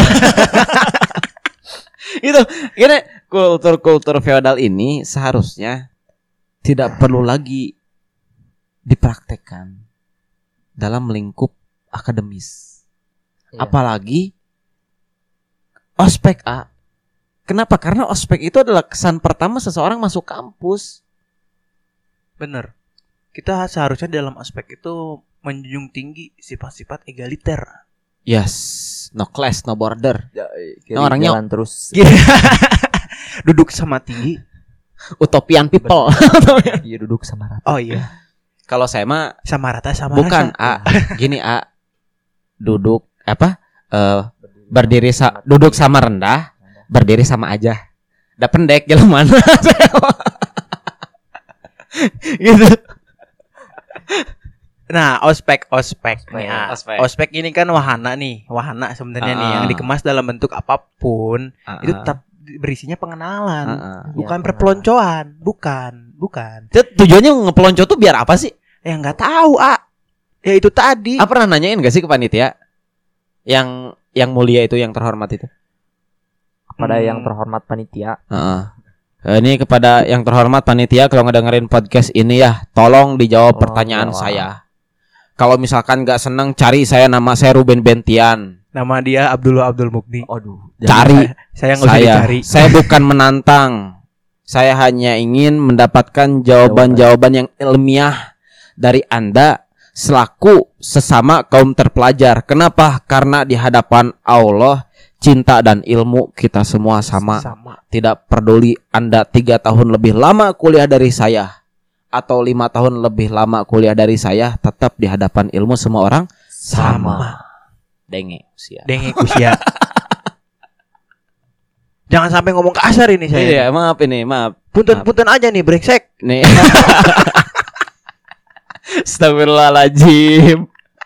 Itu gini, kultur feodal ini seharusnya tidak perlu lagi dipraktekkan dalam lingkup akademis. Iya. Apalagi ospek A. Kenapa? Karena ospek itu adalah kesan pertama seseorang masuk kampus. Bener. Kita seharusnya dalam aspek itu menjunjung tinggi sifat-sifat egaliter. Yes, no class, no border. Nah, orangnya jalan terus. Duduk sama tinggi. Utopian people. Iya, duduk sama rata. Oh iya. Kalau saya mah Sama rata sama bukan rasa. Gini duduk berdiri duduk sama rendah, berdiri sama aja. Udah pendek jalan mana? Gitu. Nah, ospek nih. Ospek. Ospek ini kan wahana sebenarnya nih yang dikemas dalam bentuk apapun. Itu tetap berisinya pengenalan, bukan Ya, perpeloncoan, bukan. Tujuannya ngepelonco tuh biar apa sih? Ya nggak tahu, Ya itu tadi. Pernah nanyain gak sih ke panitia? Yang mulia itu, yang terhormat itu? Kepada yang terhormat panitia. Ini kepada yang terhormat panitia, kalau ngedengerin podcast ini ya, tolong dijawab pertanyaan jawab. saya. Kalau misalkan gak seneng, cari saya, nama saya Ruben Bentian. Nama dia Abdullah Abdul Mukni. Aduh. Cari Saya nggak usah dicari. Saya bukan menantang. Saya hanya ingin mendapatkan jawaban-jawaban yang ilmiah dari Anda selaku sesama kaum terpelajar. Kenapa? Karena di hadapan Allah, cinta dan ilmu kita semua sama. Tidak peduli Anda 3 tahun lebih lama kuliah dari saya atau 5 tahun lebih lama kuliah dari saya, tetap di hadapan ilmu semua orang sama. Denge usia. Jangan sampai ngomong kasar ini saya. Iya, maaf. Punten aja nih brengsek. Nih. Astagfirullahaladzim.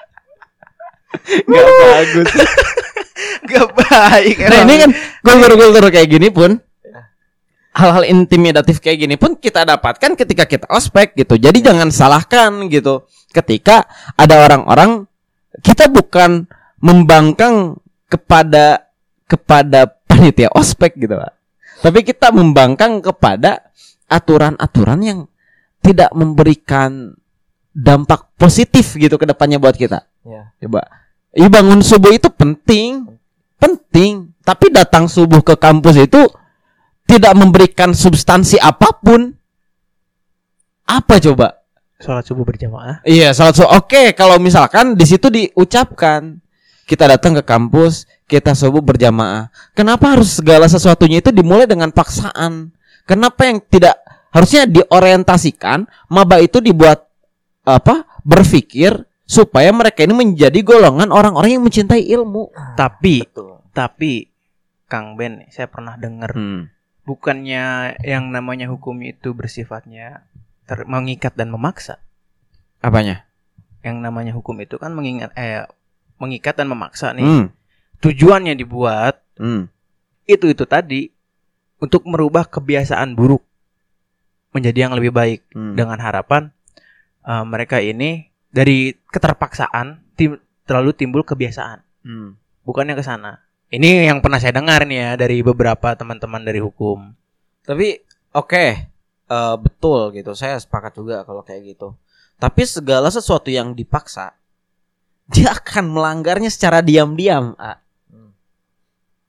Gak bagus. Gak baik. Nah, ini kan kultur kayak gini pun, hal-hal intimidatif kayak gini pun kita dapatkan ketika kita ospek gitu. Jadi jangan salahkan gitu. Ketika ada orang-orang, kita bukan membangkang kepada panitia ospek gitu, Pak. Tapi kita membangkang kepada aturan-aturan yang tidak memberikan dampak positif gitu ke depannya buat kita. Ya. Coba. Bangun subuh itu penting. Tapi datang subuh ke kampus itu tidak memberikan substansi apapun. Apa coba? Sholat subuh berjamaah. Iya, sholat subuh. Oke, kalau misalkan di situ diucapkan, kita datang ke kampus, kita subuh berjamaah. Kenapa harus segala sesuatunya itu dimulai dengan paksaan? Kenapa yang tidak harusnya diorientasikan? Maba itu dibuat berpikir supaya mereka ini menjadi golongan orang-orang yang mencintai ilmu. Tapi Kang Ben, saya pernah dengar bukannya yang namanya hukum itu bersifatnya mengikat dan memaksa. Apanya? Yang namanya hukum itu kan mengikat dan memaksa nih. Tujuannya dibuat itu tadi untuk merubah kebiasaan buruk menjadi yang lebih baik dengan harapan mereka ini dari keterpaksaan terlalu timbul kebiasaan. Bukannya ke sana. Ini yang pernah saya dengar nih ya dari beberapa teman-teman dari hukum. Tapi betul gitu. Saya sepakat juga kalau kayak gitu. Tapi segala sesuatu yang dipaksa, dia akan melanggarnya secara diam-diam.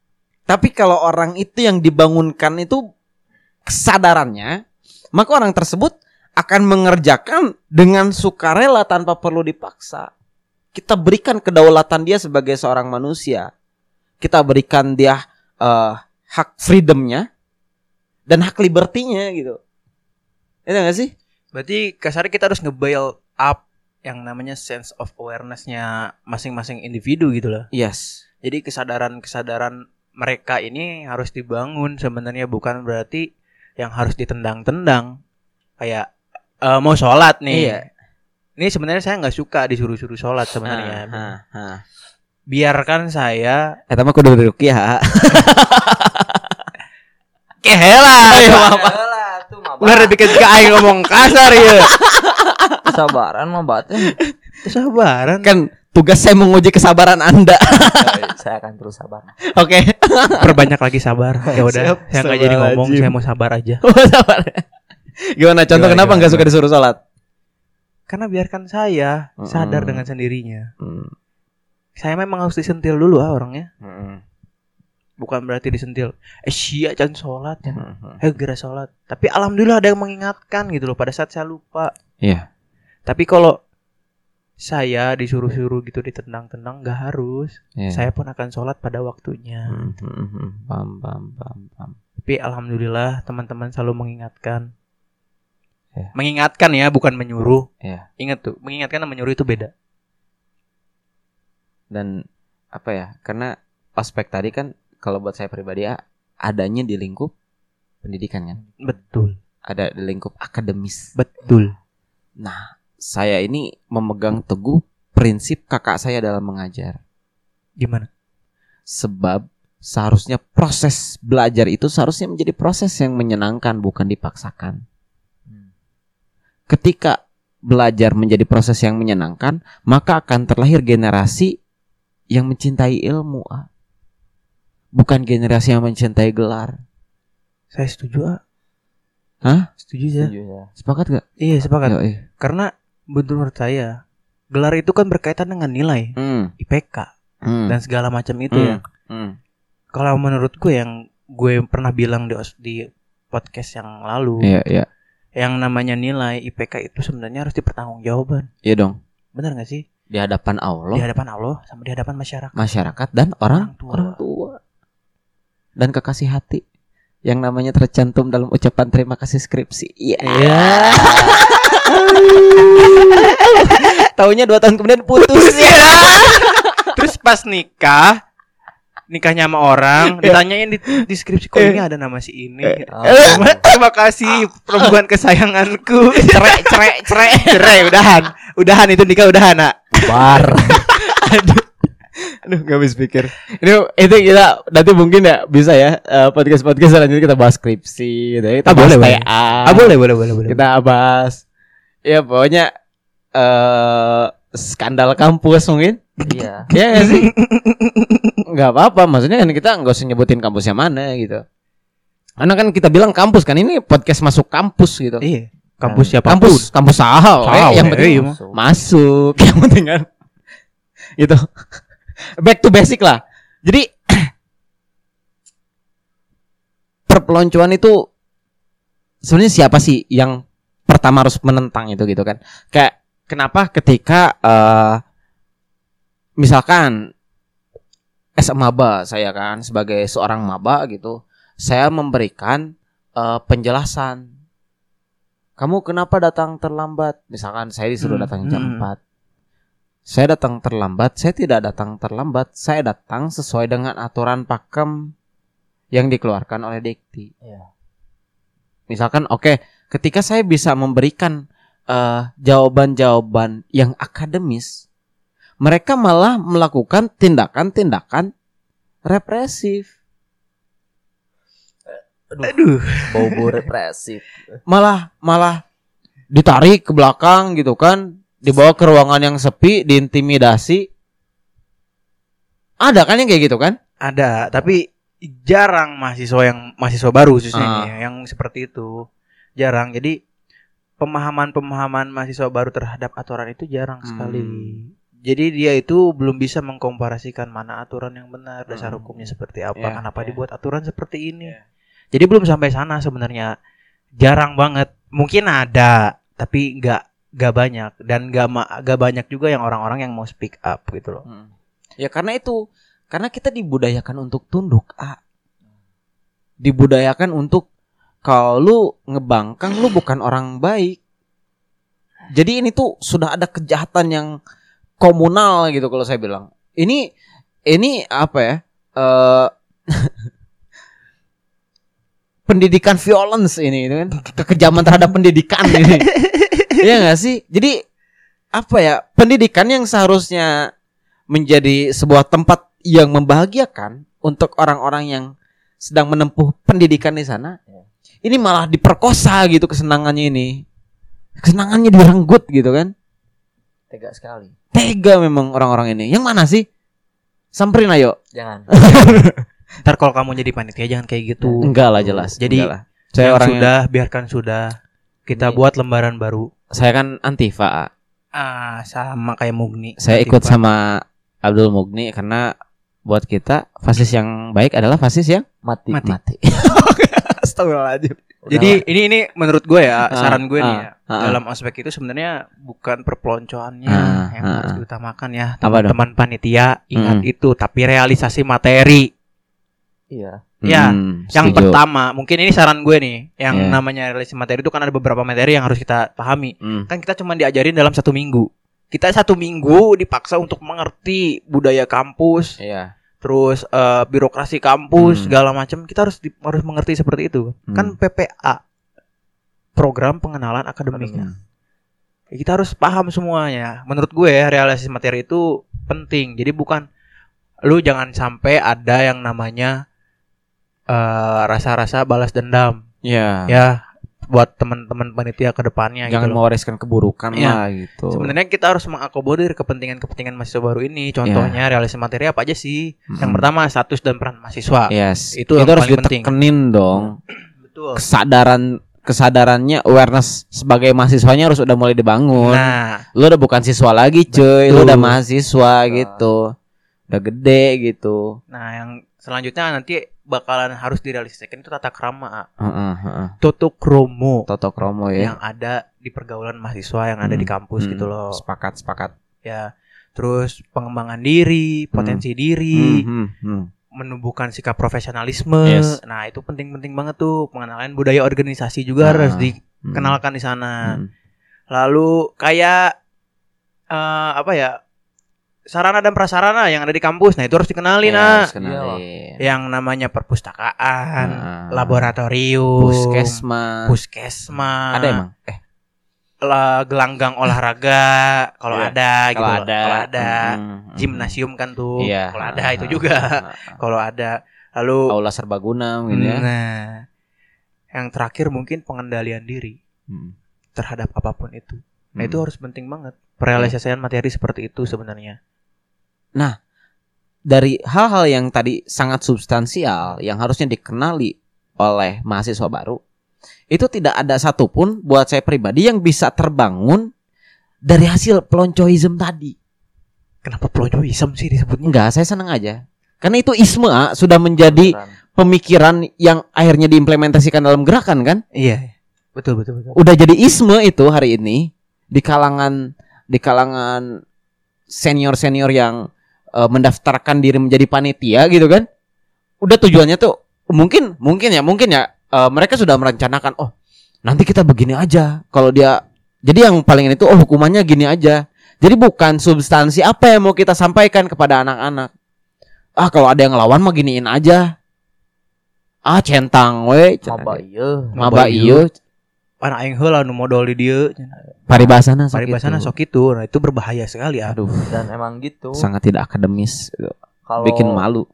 Tapi kalau orang itu yang dibangunkan itu kesadarannya, maka orang tersebut akan mengerjakan dengan sukarela tanpa perlu dipaksa. Kita berikan kedaulatan dia sebagai seorang manusia. Kita berikan dia hak freedomnya dan hak liberty-nya gitu. Itu gak sih? Berarti kasarnya kita harus nge-build up yang namanya sense of awareness-nya masing-masing individu gitu loh. Yes. Jadi kesadaran mereka ini harus dibangun sebenarnya, bukan berarti yang harus ditendang-tendang. Kayak mau sholat nih. Iya. Ini sebenarnya saya nggak suka disuruh-suruh sholat sebenarnya. Biarkan saya. Tapi aku udah rukyah. Kehela. Udah bikin aing ngomong kasar ya. Kesabaran mah batin. Kesabaran. Kan tugas saya menguji kesabaran Anda. Saya akan terus sabar. Oke. Perbanyak lagi sabar. Ya udah, Siap, saya nggak jadi ngomong, saya mau sabar aja. Sabar. Gimana contoh kenapa nggak suka disuruh sholat? Karena biarkan saya sadar dengan sendirinya. Saya memang harus disentil dulu orangnya. Bukan berarti disentil. Sia jangan sholat ya. Segera sholat. Tapi alhamdulillah ada yang mengingatkan gitu loh pada saat saya lupa. Iya. Tapi kalau saya disuruh-suruh gitu, ditendang-tendang, nggak harus. Yeah. Saya pun akan sholat pada waktunya. Paham. Tapi alhamdulillah teman-teman selalu mengingatkan. Yeah. Mengingatkan ya, bukan menyuruh. Yeah. Ingat tuh, mengingatkan dan menyuruh itu beda. Dan apa ya? Karena aspek tadi kan kalau buat saya pribadi adanya di lingkup pendidikan kan. Betul. Ada di lingkup akademis. Betul. Nah, saya ini memegang teguh prinsip kakak saya dalam mengajar. Gimana? Sebab seharusnya proses belajar itu seharusnya menjadi proses yang menyenangkan, bukan dipaksakan. Ketika belajar menjadi proses yang menyenangkan, maka akan terlahir generasi yang mencintai ilmu, bukan generasi yang mencintai gelar. Saya setuju, Hah? Setuju ya. Sepakat gak? Iya, sepakat. Iya. Karena menurut saya gelar itu kan berkaitan dengan nilai, IPK dan segala macam itu ya. Kalau menurut gue, yang gue pernah bilang di podcast yang lalu, Iya. yang namanya nilai IPK itu sebenarnya harus dipertanggungjawabkan. Iya dong. Benar gak sih? Di hadapan Allah. Di hadapan Allah sama di hadapan masyarakat. Masyarakat dan orang tua. Dan kekasih hati yang namanya tercantum dalam ucapan terima kasih skripsi. Iya. Yeah. Taunya 2 tahun kemudian putus ya. Terus pas nikahnya sama orang, ditanyain di deskripsi, kok ini ada nama si ini. Terima kasih perempuan kesayanganku. Cerai, udahan itu nikah udahan, Nak. Bar. Aduh, gak bisa pikir. Itu kita nanti mungkin ya bisa ya podcast selanjutnya kita bahas skripsi gitu ya. Kita bahas TA. Boleh. Kita bahas ya pokoknya skandal kampus mungkin. Iya. Iya gak sih? Gak apa-apa, maksudnya kan kita gak usah nyebutin kampusnya mana gitu. Karena kan kita bilang kampus kan, ini podcast masuk kampus gitu. Iya. Kampus siapa? Kampus sahal. Yang penting masuk. Yang penting kan gitu. Back to basic lah. Jadi perpeloncoan itu sebenarnya siapa sih yang pertama harus menentang itu gitu kan? Kayak kenapa ketika misalkan maba saya kan sebagai seorang maba gitu, saya memberikan penjelasan. Kamu kenapa datang terlambat? Misalkan saya disuruh datang jam 4. Saya datang terlambat, saya tidak datang terlambat. Saya datang sesuai dengan aturan pakem yang dikeluarkan oleh Dekti. Iya. Misalkan ketika saya bisa memberikan jawaban-jawaban yang akademis, mereka malah melakukan tindakan-tindakan represif. Aduh, bau represif. Malah ditarik ke belakang gitu kan, dibawa ke ruangan yang sepi, diintimidasi. Ada kan yang kayak gitu kan? Ada, tapi jarang mahasiswa baru khususnya ini, yang seperti itu. Jarang. Jadi pemahaman mahasiswa baru terhadap aturan itu jarang sekali. Jadi dia itu belum bisa mengkomparasikan mana aturan yang benar, dasar hukumnya seperti apa, Ya, kenapa ya. dibuat aturan seperti ini. Jadi belum sampai sana sebenarnya. Jarang banget. Mungkin ada, tapi nggak banyak dan nggak banyak juga yang orang-orang yang mau speak up gitu loh. Ya karena kita dibudayakan untuk tunduk, dibudayakan untuk kalau lu ngebangkang lu bukan orang baik. Jadi ini tuh sudah ada kejahatan yang komunal gitu kalau saya bilang. Ini apa ya? Pendidikan violence ini itu kan kekejaman terhadap pendidikan ini. Iya enggak sih? Jadi apa ya? Pendidikan yang seharusnya menjadi sebuah tempat yang membahagiakan untuk orang-orang yang sedang menempuh pendidikan di sana. Ini malah diperkosa gitu kesenangannya ini. Kesenangannya direnggut gitu kan. Tega sekali. Tega memang orang-orang ini. Yang mana sih? Samperin ayo. Jangan. Ntar kalau kamu jadi panitia jangan kayak gitu. Enggak lah jelas. Jadi enggak lah. Saya yang orangnya sudah biarkan sudah. Kita Ini- buat lembaran baru. saya kan Antifa. Sama kayak Mugni. Saya Nanti ikut Pak. sama Abdul Mugni karena buat kita fasis yang baik adalah fasis yang Mati. Astagfirullahaladzim. Jadi ini menurut gue ya, saran gue nih ya. ah. Dalam aspek itu sebenarnya bukan perpeloncoannya yang harus diutamakan ya. Apa dong? Teman-teman panitia ingat itu, tapi realisasi materi. Iya. Ya, yang setuju. pertama, mungkin ini saran gue nih, yang Iya. namanya realisasi materi itu kan ada beberapa materi yang harus kita pahami. Hmm. Kan kita cuma diajarin dalam 1 minggu. Kita 1 minggu dipaksa untuk mengerti budaya kampus, Iya. terus birokrasi kampus, Hmm. segala macam. Kita harus mengerti seperti itu. Kan PPA, program pengenalan akademiknya. Kita harus paham semuanya. Menurut gue realisasi materi itu penting. Jadi bukan lu jangan sampai ada yang namanya rasa-rasa balas dendam. Iya. Ya, buat teman-teman panitia ke depannya Jangan gitu loh. mewariskan keburukan Iya. lah gitu. Sebenarnya kita harus mengakomodir kepentingan-kepentingan mahasiswa baru ini. Contohnya realisasi materi apa aja sih? Yang pertama status dan peran mahasiswa. Yes. Itu yang harus paling penting. ditekenin dong. Betul. Kesadarannya awareness sebagai mahasiswanya harus udah mulai dibangun. Nah, Lu udah bukan siswa lagi, cuy. Lu Betul. udah mahasiswa gitu. Udah gede gitu. yang selanjutnya nanti bakalan harus direalisasikan itu tata krama, Heeh. toto kromo Toto kromo ya. yang ada di pergaulan mahasiswa yang ada di kampus gitu loh. Sepakat. Ya, terus pengembangan diri, potensi diri, menumbuhkan sikap profesionalisme. Yes. Nah, itu penting-penting banget tuh. Pengenalan budaya organisasi juga harus dikenalkan di sana. Lalu kayak apa ya? Sarana dan prasarana yang ada di kampus. Nah, itu harus dikenali, Harus nah. kenalin. Yang namanya perpustakaan, laboratorium, puskesmas. Ada emang? Gelanggang olahraga kalau Iya. ada gitu. Kalau Kalau ada. ada. Gimnasium kan tuh. Iya. Kalau ada itu juga. Kalau ada. Lalu Aula serbaguna gitu ya. nah, yang terakhir mungkin pengendalian diri terhadap apapun itu. Nah, itu harus penting banget. Perealisasian materi seperti itu sebenarnya. Nah, dari hal-hal yang tadi sangat substansial yang harusnya dikenali oleh mahasiswa baru, itu tidak ada satupun buat saya pribadi yang bisa terbangun dari hasil peloncoism tadi. Kenapa peloncoism sih disebutnya? Enggak, saya senang aja. Karena itu isme sudah menjadi pemikiran yang akhirnya diimplementasikan dalam gerakan kan? Iya. Betul. Udah jadi isme itu hari ini di kalangan senior-senior yang mendaftarkan diri menjadi panitia gitu kan. Udah tujuannya tuh mungkin ya mereka sudah merencanakan, oh nanti kita begini aja kalau dia. Jadi yang paling ini tuh hukumannya gini aja. Jadi bukan substansi apa yang mau kita sampaikan kepada anak-anak. Kalau ada yang ngelawan mah giniin aja. Centang we. Maba ieu. Anak aing heula nu modal di dieu. Paribasana sok itu. Nah, itu berbahaya sekali ya. Aduh. Dan emang gitu. Sangat tidak akademis. Kalau Bikin malu.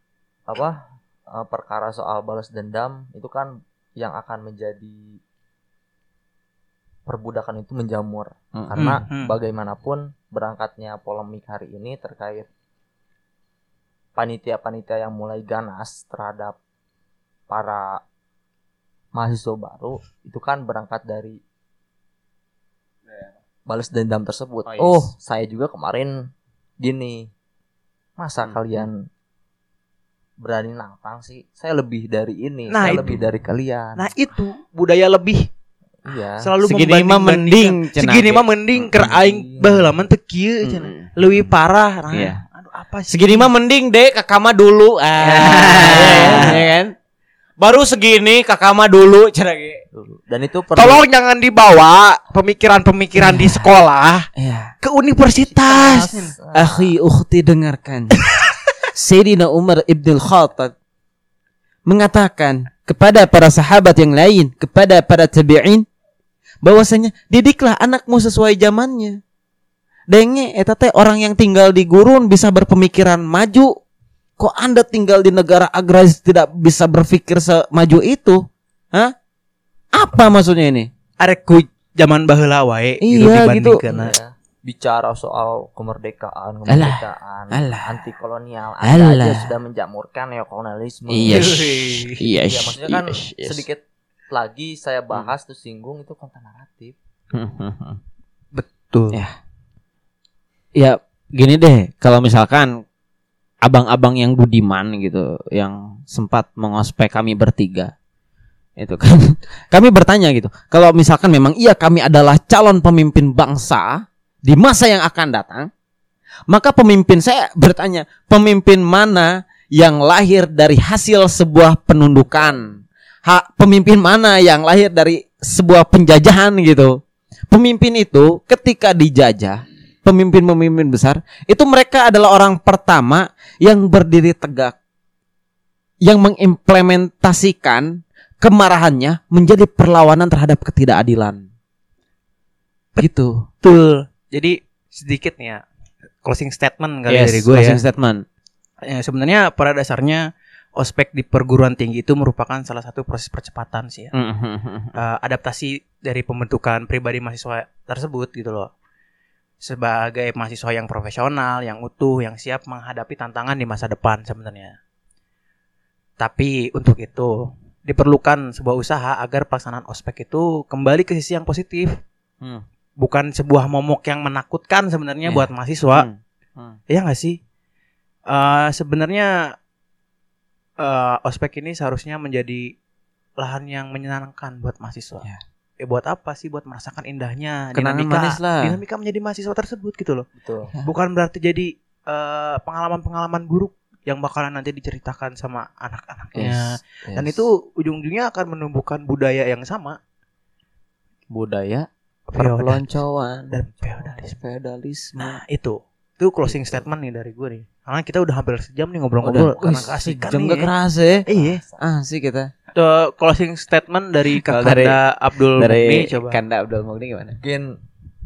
Perkara soal balas dendam itu kan yang akan menjadi perbudakan itu menjamur. Karena bagaimanapun berangkatnya polemik hari ini terkait panitia-panitia yang mulai ganas terhadap para mahasiswa baru itu kan berangkat dari balas dendam tersebut. Oh, yes. Oh, saya juga kemarin gini. Masa kalian berani nantang sih? Saya lebih dari ini, Nah, saya itu. lebih dari kalian. Nah itu budaya lebih Iya. selalu Segini mah mending cenah segini ge. mah mending keur aing baheula mah teu kieu cenah. Leuwih parah. Nah, Iya. aduh apa sih? Segini mah mending deh kakak mah dulu. Ya kan? Baru segini kakak mah dulu cenah ge. Dan itu perlu Tolong jangan dibawa pemikiran-pemikiran di sekolah Iya. ke universitas. Akhi ukhti dengarkan. Sayyidina Umar Ibn Khattab mengatakan kepada para sahabat yang lain, kepada para tabi'in, bahwasanya didiklah anakmu sesuai zamannya. Denge eta teh orang yang tinggal di gurun bisa berpemikiran maju. Kok Anda tinggal di negara agraris tidak bisa berpikir semaju itu? Hah? Apa maksudnya ini? Arek ku zaman baheula wae Iya, gitu. dibandingkeun. ya, bicara soal kemerdekaan, Alah. anti kolonial, Alah. Anda aja sudah menjamurkan neokolonialisme. Iya. Iya, maksudnya kan Yes. sedikit lagi saya bahas tuh singgung itu konten naratif. Betul. Ya gini deh, kalau misalkan abang-abang yang budiman gitu, yang sempat mengospek kami bertiga, itu kan kami bertanya gitu, kalau misalkan memang iya kami adalah calon pemimpin bangsa di masa yang akan datang, maka pemimpin saya bertanya, pemimpin mana yang lahir dari hasil sebuah penundukan, pemimpin mana yang lahir dari sebuah penjajahan gitu. Pemimpin itu ketika dijajah, pemimpin-pemimpin besar itu mereka adalah orang pertama yang berdiri tegak, yang mengimplementasikan kemarahannya menjadi perlawanan terhadap ketidakadilan. Gitu. Betul. Jadi sedikit nih ya closing statement kali dari gue ya. Closing statement. Ya, sebenarnya pada dasarnya ospek di perguruan tinggi itu merupakan salah satu proses percepatan sih ya. Adaptasi dari pembentukan pribadi mahasiswa tersebut gitu loh. Sebagai mahasiswa yang profesional, yang utuh, yang siap menghadapi tantangan di masa depan sebenarnya. Tapi untuk itu diperlukan sebuah usaha agar pelaksanaan ospek itu kembali ke sisi yang positif. Bukan sebuah momok yang menakutkan sebenarnya buat mahasiswa. Iya nggak sih? Sebenarnya ospek ini seharusnya menjadi lahan yang menyenangkan buat mahasiswa. Buat apa sih? Buat merasakan indahnya dinamika menjadi mahasiswa tersebut gitu loh. Betul. Bukan berarti jadi pengalaman-pengalaman buruk yang bakalan nanti diceritakan sama anak-anaknya. Dan itu ujung-ujungnya akan menumbuhkan budaya yang sama. Budaya Perpeloncoan dan feodalisme. Nah, itu closing statement nih dari gue nih. Karena kita udah hampir sejam nih ngobrol-ngobrol. Karena keasikan jam nih. gak kerasa ya. Iya. Asik kita. Closing statement dari Kalau Kakanda Abdul Mukni coba. Kanda Abdul Mukni gimana? Mungkin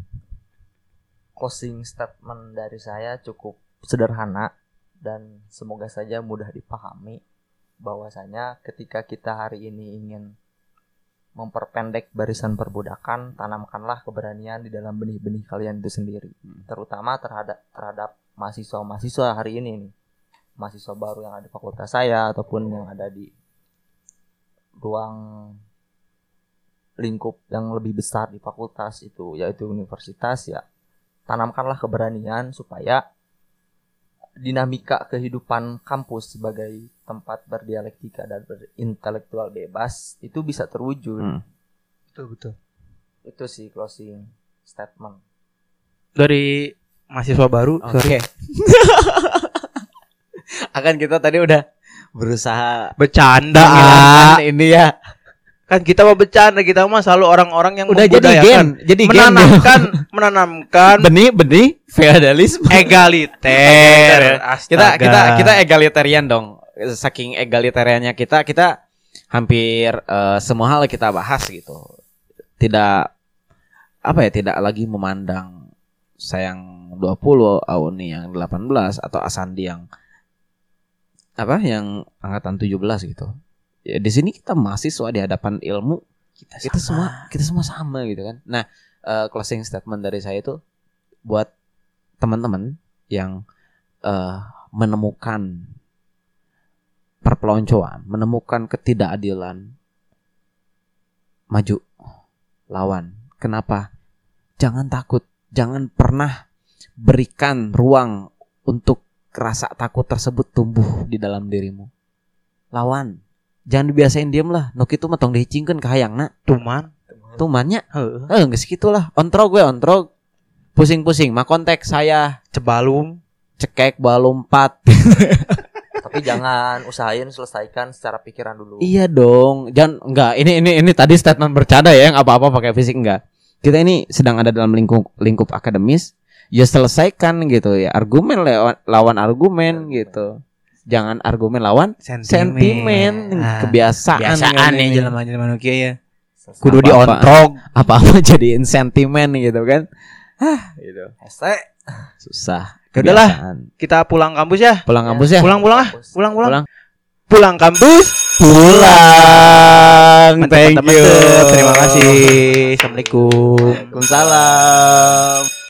closing statement dari saya cukup sederhana dan semoga saja mudah dipahami, bahwasanya ketika kita hari ini ingin memperpendek barisan perbudakan, tanamkanlah keberanian di dalam benih-benih kalian itu sendiri, terutama terhadap mahasiswa-mahasiswa hari ini nih, mahasiswa baru yang ada di fakultas saya ataupun yang ada di ruang lingkup yang lebih besar di fakultas itu, yaitu universitas ya. Tanamkanlah keberanian supaya dinamika kehidupan kampus sebagai tempat berdialektika dan berintelektual bebas itu bisa terwujud. Betul. Itu sih closing statement Dari mahasiswa baru. Oke. Akan kita tadi udah berusaha Bercanda menghilangkan ini ya. Kan kita mau bercanda, kita mah selalu orang-orang yang Udah jadi gen, menanamkan benih feodalisme. egaliter. Kita egalitarian dong. Saking egalitariannya kita hampir semua hal kita bahas gitu. Tidak lagi memandang saya yang 20, Auni yang 18 atau Asandi yang angkatan 17 gitu. Ya, di sini kita mahasiswa di hadapan ilmu, kita semua sama gitu kan. Nah, closing statement dari saya itu buat teman-teman yang menemukan perpeloncoan, menemukan ketidakadilan, maju, lawan. Kenapa? Jangan takut Jangan pernah berikan ruang untuk rasa takut tersebut tumbuh di dalam dirimu. Lawan. Jangan dibiasain diem lah. Nuk itu mah tong dihicingkeun ka hayangna. Tumannya. Geus kitu lah. Ontrog. Pusing-pusing mah kontak saya Cebalum. cekek balum 4. Tapi jangan usahain selesaikan secara pikiran dulu. Iya dong. Jangan enggak. Ini tadi statement bercanda ya, yang apa-apa pakai fisik enggak. Kita ini sedang ada dalam lingkup akademis. Ya selesaikan gitu ya. Argumen lawan argumen gitu. Jangan argumen lawan sentimen. Kebiasaan nih jelema-jelema kieu ya. kudu diontrog. Apa-apa jadiin sentimen gitu kan. Gitu. Hese. Susah. Ya udahlah, kita pulang kampus ya. Pulang kampus ya. Pulang ah. Kampus. Pulang kampus. Pulang. Thank Teman-teman, you. terima kasih. Assalamualaikum. Waalaikumsalam.